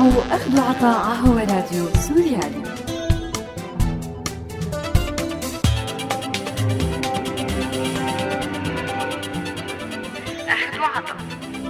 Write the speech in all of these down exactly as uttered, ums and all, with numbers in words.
تسمعوا أخذ وعطاء على هوا راديو سوريالي. أخذ وعطاء.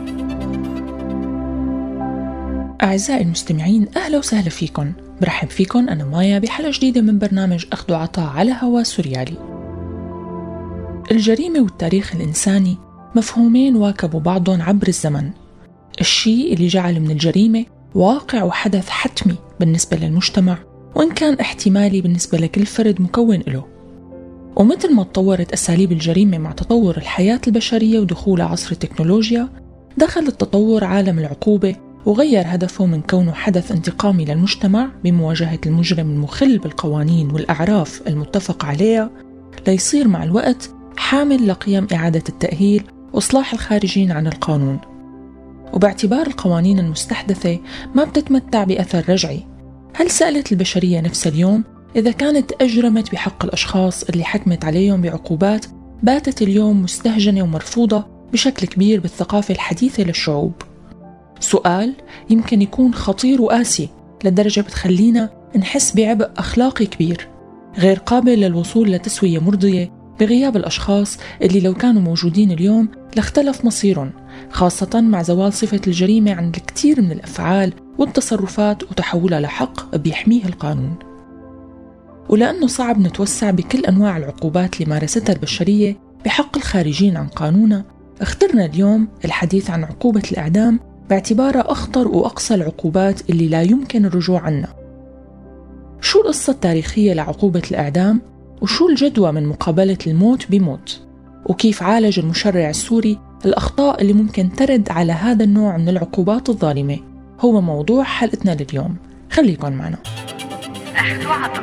أعزائي المستمعين، أهلا وسهلا فيكم. برحب فيكم أنا مايا بحلقة جديدة من برنامج أخذ وعطاء على هوا سوريالي. الجريمة والتاريخ الإنساني مفهومين واكبوا بعضهم عبر الزمن. الشيء اللي جعل من الجريمة واقع وحدث حتمي بالنسبة للمجتمع، وإن كان احتمالي بالنسبة لكل فرد مكون له. ومثل ما تطورت أساليب الجريمة مع تطور الحياة البشرية ودخول عصر التكنولوجيا، دخل التطور عالم العقوبة وغير هدفه من كونه حدث انتقامي للمجتمع بمواجهة المجرم المخل بالقوانين والأعراف المتفق عليها، ليصير مع الوقت حامل لقيم إعادة التأهيل وإصلاح الخارجين عن القانون. وباعتبار القوانين المستحدثة ما بتتمتع بأثر رجعي، هل سألت البشرية نفسها اليوم إذا كانت أجرمت بحق الأشخاص اللي حكمت عليهم بعقوبات باتت اليوم مستهجنة ومرفوضة بشكل كبير بالثقافة الحديثة للشعوب؟ سؤال يمكن يكون خطير وقاسي لدرجة بتخلينا نحس بعبء أخلاقي كبير، غير قابل للوصول لتسوية مرضية بغياب الأشخاص اللي لو كانوا موجودين اليوم لاختلف مصيرهم، خاصة مع زوال صفة الجريمة عن الكثير من الأفعال والتصرفات وتحولها لحق بيحميه القانون. ولأنه صعب نتوسع بكل أنواع العقوبات اللي مارستها البشرية بحق الخارجين عن قانونها، اخترنا اليوم الحديث عن عقوبة الإعدام باعتبارها أخطر وأقصى العقوبات اللي لا يمكن الرجوع عنها. شو القصة التاريخية لعقوبة الإعدام؟ وشو الجدوى من مقابلة الموت بموت؟ وكيف عالج المشرع السوري الأخطاء اللي ممكن ترد على هذا النوع من العقوبات الظالمة؟ هو موضوع حلقتنا لليوم، خليكن معنا. أخذ وعطاء.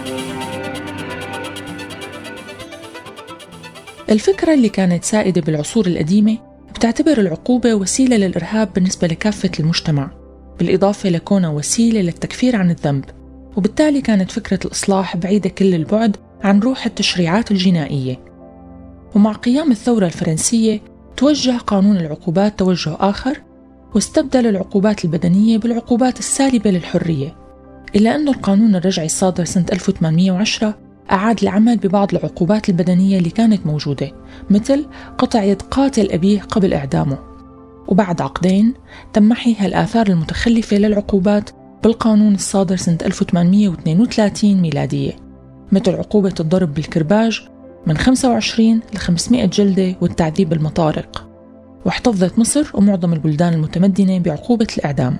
الفكرة اللي كانت سائدة بالعصور القديمة بتعتبر العقوبة وسيلة للإرهاب بالنسبة لكافة المجتمع، بالإضافة لكونها وسيلة للتكفير عن الذنب، وبالتالي كانت فكرة الإصلاح بعيدة كل البعد عن روح التشريعات الجنائية. ومع قيام الثورة الفرنسية توجه قانون العقوبات توجه آخر، واستبدل العقوبات البدنية بالعقوبات السالبة للحرية، إلا أن القانون الرجعي الصادر سنة ألف وثمانمئة وعشرة أعاد العمل ببعض العقوبات البدنية اللي كانت موجودة، مثل قطع يد قاتل أبيه قبل إعدامه. وبعد عقدين تم محي هالآثار المتخلفة للعقوبات بالقانون الصادر سنة ألف وثمانمئة واثنين وثلاثين ميلادية، مثل عقوبة الضرب بالكرباج من خمسة وعشرين ل خمسمئة جلدة والتعذيب بالمطارق. واحتفظت مصر ومعظم البلدان المتمدنة بعقوبة الإعدام.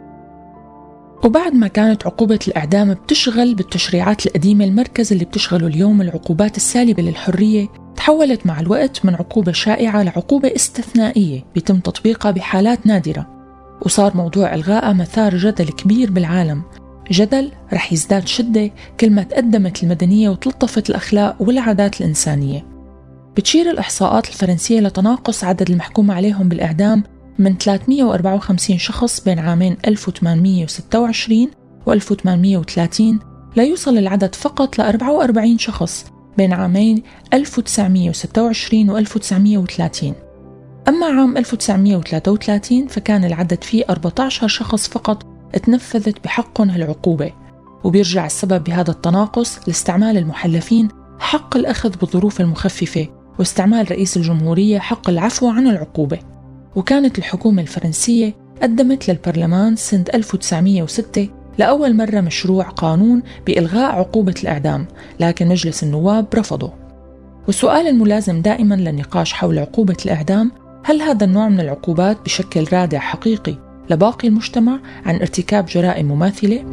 وبعد ما كانت عقوبة الإعدام بتشغل بالتشريعات القديمة المركز اللي بتشغله اليوم العقوبات السالبة للحرية، تحولت مع الوقت من عقوبة شائعة لعقوبة استثنائية بيتم تطبيقها بحالات نادرة، وصار موضوع إلغائها مثار جدل كبير بالعالم، جدل رح يزداد شدة كل ما تقدمت المدنية وتلطفت الأخلاق والعادات الإنسانية. بتشير الإحصاءات الفرنسية لتناقص عدد المحكوم عليهم بالإعدام من ثلاثمئة وأربعة وخمسين شخص بين عامين ألف وثمانمئة وستة وعشرين و ألف وثمانمئة وثلاثين، لا يوصل العدد فقط ل أربعة وأربعين شخص بين عامين ألف وتسعمئة وستة وعشرين و ألف وتسعمئة وثلاثين. أما عام ألف وتسعمئة وثلاثة وثلاثين فكان العدد فيه أربعة عشر شخص فقط اتنفذت بحقهم هالعقوبة. وبيرجع السبب بهذا التناقص لاستعمال المحلفين حق الأخذ بالظروف المخففة، واستعمال رئيس الجمهورية حق العفو عن العقوبة. وكانت الحكومة الفرنسية قدمت للبرلمان سنة ألف وتسعمئة وستة لأول مرة مشروع قانون بإلغاء عقوبة الإعدام، لكن مجلس النواب رفضه. والسؤال الملازم دائما للنقاش حول عقوبة الإعدام: هل هذا النوع من العقوبات بشكل رادع حقيقي لباقي المجتمع عن ارتكاب جرائم مماثلة؟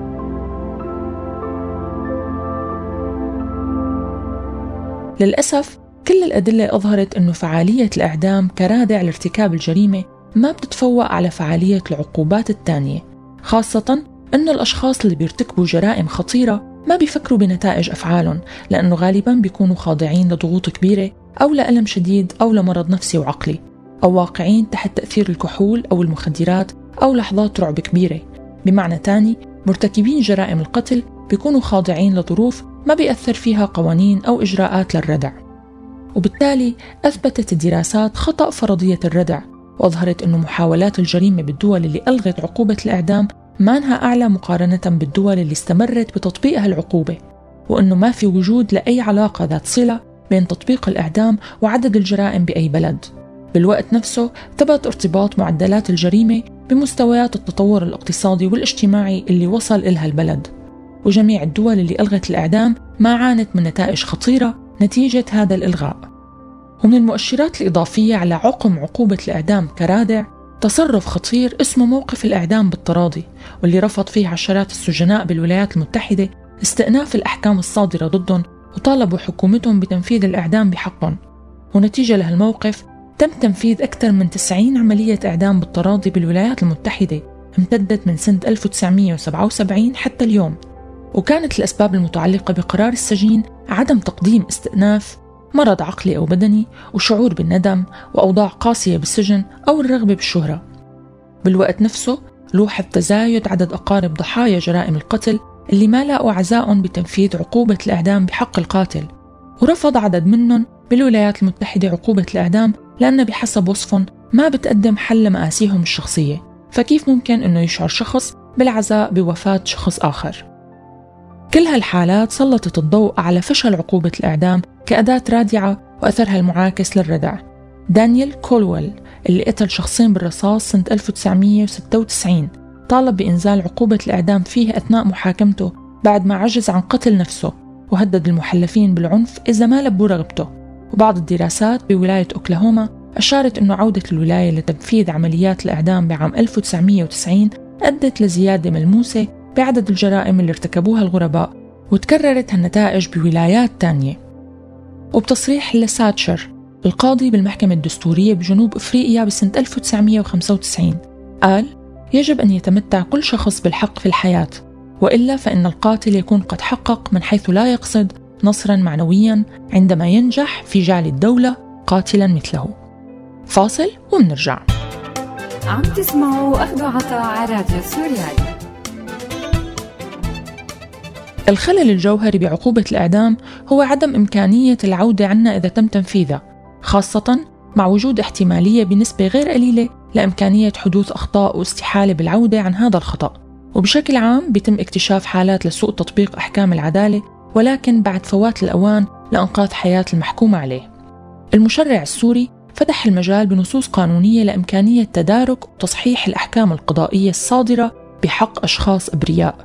للأسف كل الأدلة أظهرت أنه فعالية الإعدام كرادع لارتكاب الجريمة ما بتتفوق على فعالية العقوبات التانية، خاصة أن الأشخاص اللي بيرتكبوا جرائم خطيرة ما بيفكروا بنتائج أفعالهم، لأنه غالباً بيكونوا خاضعين لضغوط كبيرة أو لألم شديد أو لمرض نفسي وعقلي، أو واقعين تحت تأثير الكحول أو المخدرات أو لحظات رعب كبيرة. بمعنى تاني، مرتكبين جرائم القتل بيكونوا خاضعين لظروف ما بيأثر فيها قوانين أو إجراءات للردع. وبالتالي أثبتت الدراسات خطأ فرضية الردع، وأظهرت أن محاولات الجريمة بالدول اللي ألغت عقوبة الإعدام مانها أعلى مقارنة بالدول اللي استمرت بتطبيقها العقوبة، وأنه ما في وجود لأي علاقة ذات صلة بين تطبيق الإعدام وعدد الجرائم بأي بلد. بالوقت نفسه ثبت ارتباط معدلات الجريمة بمستويات التطور الاقتصادي والاجتماعي اللي وصل إلها البلد، وجميع الدول اللي ألغت الإعدام ما عانت من نتائج خطيرة نتيجة هذا الإلغاء. ومن المؤشرات الإضافية على عقم عقوبة الإعدام كرادع تصرف خطير اسمه موقف الإعدام بالتراضي، واللي رفض فيه عشرات السجناء بالولايات المتحدة استئناف الأحكام الصادرة ضدهم، وطالبوا حكومتهم بتنفيذ الإعدام بحقهم. ونتيجة لهالموقف تم تنفيذ أكثر من تسعين عملية إعدام بالتراضي بالولايات المتحدة امتدت من سنة ألف وتسعمية وسبعة وسبعين حتى اليوم. وكانت الأسباب المتعلقة بقرار السجين عدم تقديم استئناف، مرض عقلي أو بدني، وشعور بالندم، وأوضاع قاسية بالسجن، أو الرغبة بالشهرة. بالوقت نفسه لوحظ تزايد عدد أقارب ضحايا جرائم القتل اللي ما لاقوا عزاء بتنفيذ عقوبة الإعدام بحق القاتل، ورفض عدد منهم بالولايات المتحدة عقوبة الإعدام لأن بحسب وصفهم ما بتقدم حل لمآسيهم الشخصية، فكيف ممكن أنه يشعر شخص بالعزاء بوفاة شخص آخر؟ كل هالحالات سلطت الضوء على فشل عقوبة الإعدام كأداة رادعة وأثرها المعاكس للردع. دانيال كولويل اللي قتل شخصين بالرصاص سنة ألف وتسعمية وستة وتسعين طالب بإنزال عقوبة الإعدام فيه أثناء محاكمته بعد ما عجز عن قتل نفسه، وهدد المحلفين بالعنف إذا ما لبوا رغبته. وبعض الدراسات بولاية أوكلاهوما أشارت أنه عودة الولاية لتنفيذ عمليات الإعدام بعام ألف وتسعمية وتسعين أدت لزيادة ملموسة بعدد الجرائم اللي ارتكبوها الغرباء، وتكررت هالنتائج بولايات تانية. وبتصريح لساتشر القاضي بالمحكمة الدستورية بجنوب أفريقيا بسنة ألف وتسعمية وخمسة وتسعين قال: يجب أن يتمتع كل شخص بالحق في الحياة، وإلا فإن القاتل يكون قد حقق من حيث لا يقصد نصراً معنوياً عندما ينجح في جعل الدولة قاتلاً مثله. فاصل ومنرجع. عم تسمعوا أخذ عطاء على راديو سوريالي. الخلل الجوهري بعقوبة الإعدام هو عدم إمكانية العودة عنها إذا تم تنفيذها، خاصة مع وجود احتمالية بنسبة غير قليلة لإمكانية حدوث أخطاء واستحالة بالعودة عن هذا الخطأ. وبشكل عام بيتم اكتشاف حالات لسوء تطبيق أحكام العدالة، ولكن بعد فوات الأوان لإنقاذ حياة المحكوم عليه. المشرع السوري فتح المجال بنصوص قانونية لإمكانية تدارك وتصحيح الأحكام القضائية الصادرة بحق أشخاص أبرياء،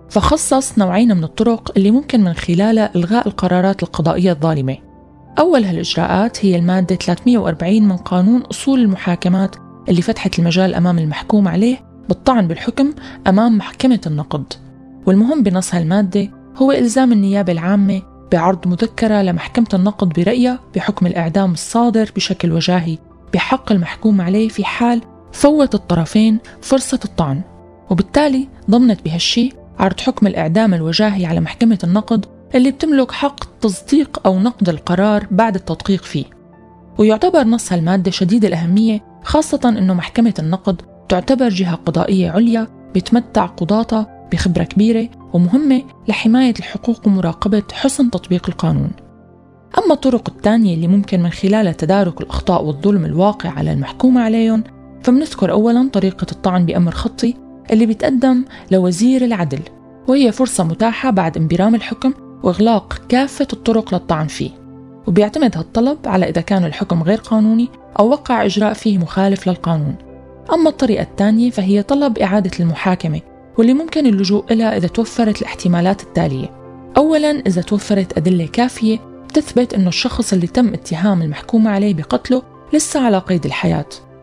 فخصص نوعين من الطرق اللي ممكن من خلالها إلغاء القرارات القضائية الظالمة. أول هالإجراءات هي المادة ثلاثمية وأربعين من قانون أصول المحاكمات اللي فتحت المجال أمام المحكوم عليه بالطعن بالحكم أمام محكمة النقض. والمهم بنص هالمادة هو إلزام النيابة العامة بعرض مذكرة لمحكمة النقض برأيها بحكم الإعدام الصادر بشكل وجاهي بحق المحكوم عليه في حال فوت الطرفين فرصة الطعن، وبالتالي ضمنت بهالشي عرض حكم الإعدام الوجاهي على محكمة النقض اللي بتملك حق تصديق أو نقض القرار بعد التدقيق فيه. ويعتبر نص هالمادة شديد الأهمية، خاصة أنه محكمة النقض تعتبر جهة قضائية عليا بتمتع قضاتها بخبرة كبيرة ومهمة لحماية الحقوق ومراقبة حسن تطبيق القانون. أما الطرق الثانية اللي ممكن من خلالها تدارك الأخطاء والظلم الواقع على المحكوم عليهم، فمنذكر أولاً طريقة الطعن بأمر خطي اللي بيتقدم لوزير العدل، وهي فرصة متاحة بعد انبرام الحكم وإغلاق كافة الطرق للطعن فيه، وبيعتمد هالطلب على إذا كان الحكم غير قانوني أو وقع إجراء فيه مخالف للقانون. أما الطريقة الثانية فهي طلب إعادة المحاكمة، واللي ممكن اللجوء إلها إذا توفرت الاحتمالات التالية. أولاً إذا توفرت أدلة كافية بتثبت أنه الشخص اللي تم اتهام المحكوم عليه بقتله لسه على قيد الحياة،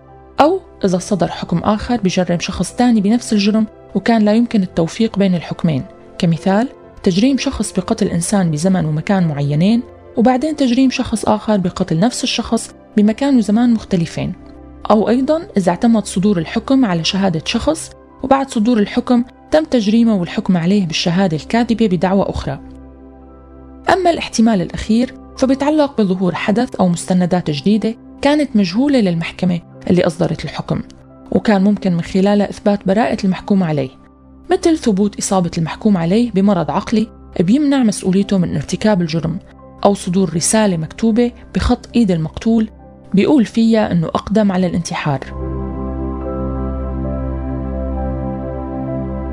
أو إذا صدر حكم آخر بجرم شخص تاني بنفس الجرم وكان لا يمكن التوفيق بين الحكمين، كمثال تجريم شخص بقتل إنسان بزمن ومكان معينين وبعدين تجريم شخص آخر بقتل نفس الشخص بمكان وزمان مختلفين. أو أيضاً إذا اعتمد صدور الحكم على شهادة شخص وبعد صدور الحكم تم تجريمه والحكم عليه بالشهادة الكاذبة بدعوى أخرى. أما الاحتمال الأخير فبيتعلق بظهور حدث أو مستندات جديدة كانت مجهولة للمحكمة اللي أصدرت الحكم، وكان ممكن من خلالها إثبات براءة المحكوم عليه، مثل ثبوت إصابة المحكوم عليه بمرض عقلي بيمنع مسؤوليته من ارتكاب الجرم، أو صدور رسالة مكتوبة بخط إيد المقتول بيقول فيها أنه أقدم على الانتحار.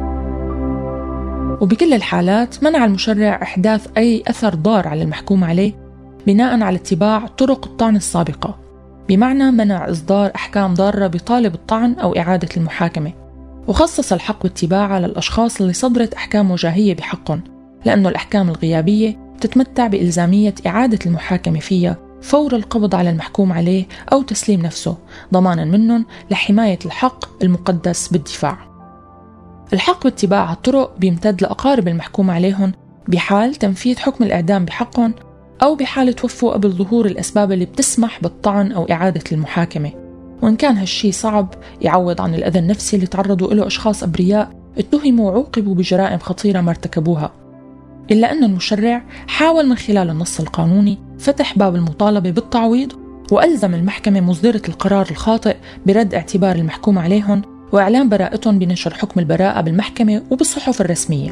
وبكل الحالات منع المشرع إحداث أي أثر ضار على المحكوم عليه بناء على اتباع طرق الطعن السابقة، بمعنى منع إصدار أحكام ضارة بطالب الطعن أو إعادة المحاكمة. وخصص الحق باتباعها للأشخاص اللي صدرت أحكام وجاهية بحقهم، لأنه الأحكام الغيابية تتمتع بإلزامية إعادة المحاكمة فيها فور القبض على المحكوم عليه أو تسليم نفسه، ضمانا منهم لحماية الحق المقدس بالدفاع. الحق باتباع هالطرق بيمتد لأقارب المحكوم عليهم بحال تنفيذ حكم الإعدام بحقهم، أو بحال توفوا قبل ظهور الأسباب اللي بتسمح بالطعن أو إعادة المحاكمة. وإن كان هالشي صعب يعوض عن الأذى النفسي اللي تعرضوا له أشخاص أبرياء اتهموا وعوقبوا بجرائم خطيرة ما ارتكبوها، إلا أن المشرع حاول من خلال النص القانوني فتح باب المطالبة بالتعويض، وألزم المحكمة مصدرة القرار الخاطئ برد اعتبار المحكوم عليهم وإعلان براءتهم بنشر حكم البراءة بالمحكمة وبالصحف الرسمية.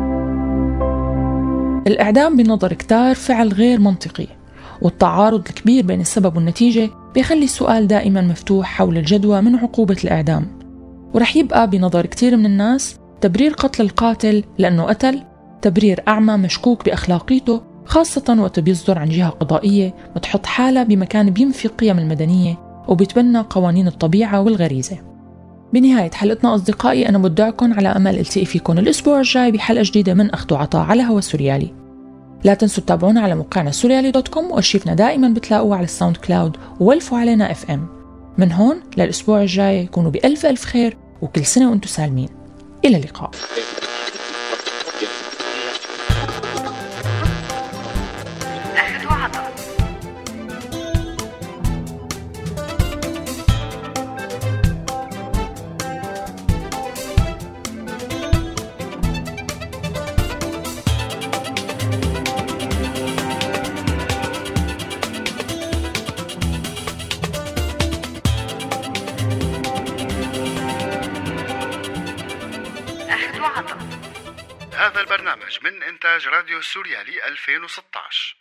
الإعدام بنظر كتار فعل غير منطقي، والتعارض الكبير بين السبب والنتيجة بيخلي السؤال دائما مفتوح حول الجدوى من عقوبة الإعدام. ورح يبقى بنظر كتير من الناس تبرير قتل القاتل لأنه قتل تبرير أعمى مشكوك بأخلاقيته، خاصة وقت بيصدر عن جهة قضائية بتحط حالة بمكان بينفي القيم المدنية وبيتبنى قوانين الطبيعة والغريزة. بنهاية حلقتنا أصدقائي، أنا بدعكم على أمل التقي فيكم الأسبوع الجاي بحلقة جديدة من أخذ وعطاء على هوا سوريالي. لا تنسوا تتابعونا على موقعنا سوريالي دوت كوم، وأرشيفنا دائما بتلاقوه على الساوند كلاود، وولفوا علينا اف ام. من هون للأسبوع الجاي يكونوا بألف ألف خير، وكل سنة وأنتم سالمين. إلى اللقاء. هذا البرنامج من إنتاج راديو سوريالي ألفين وستة عشر.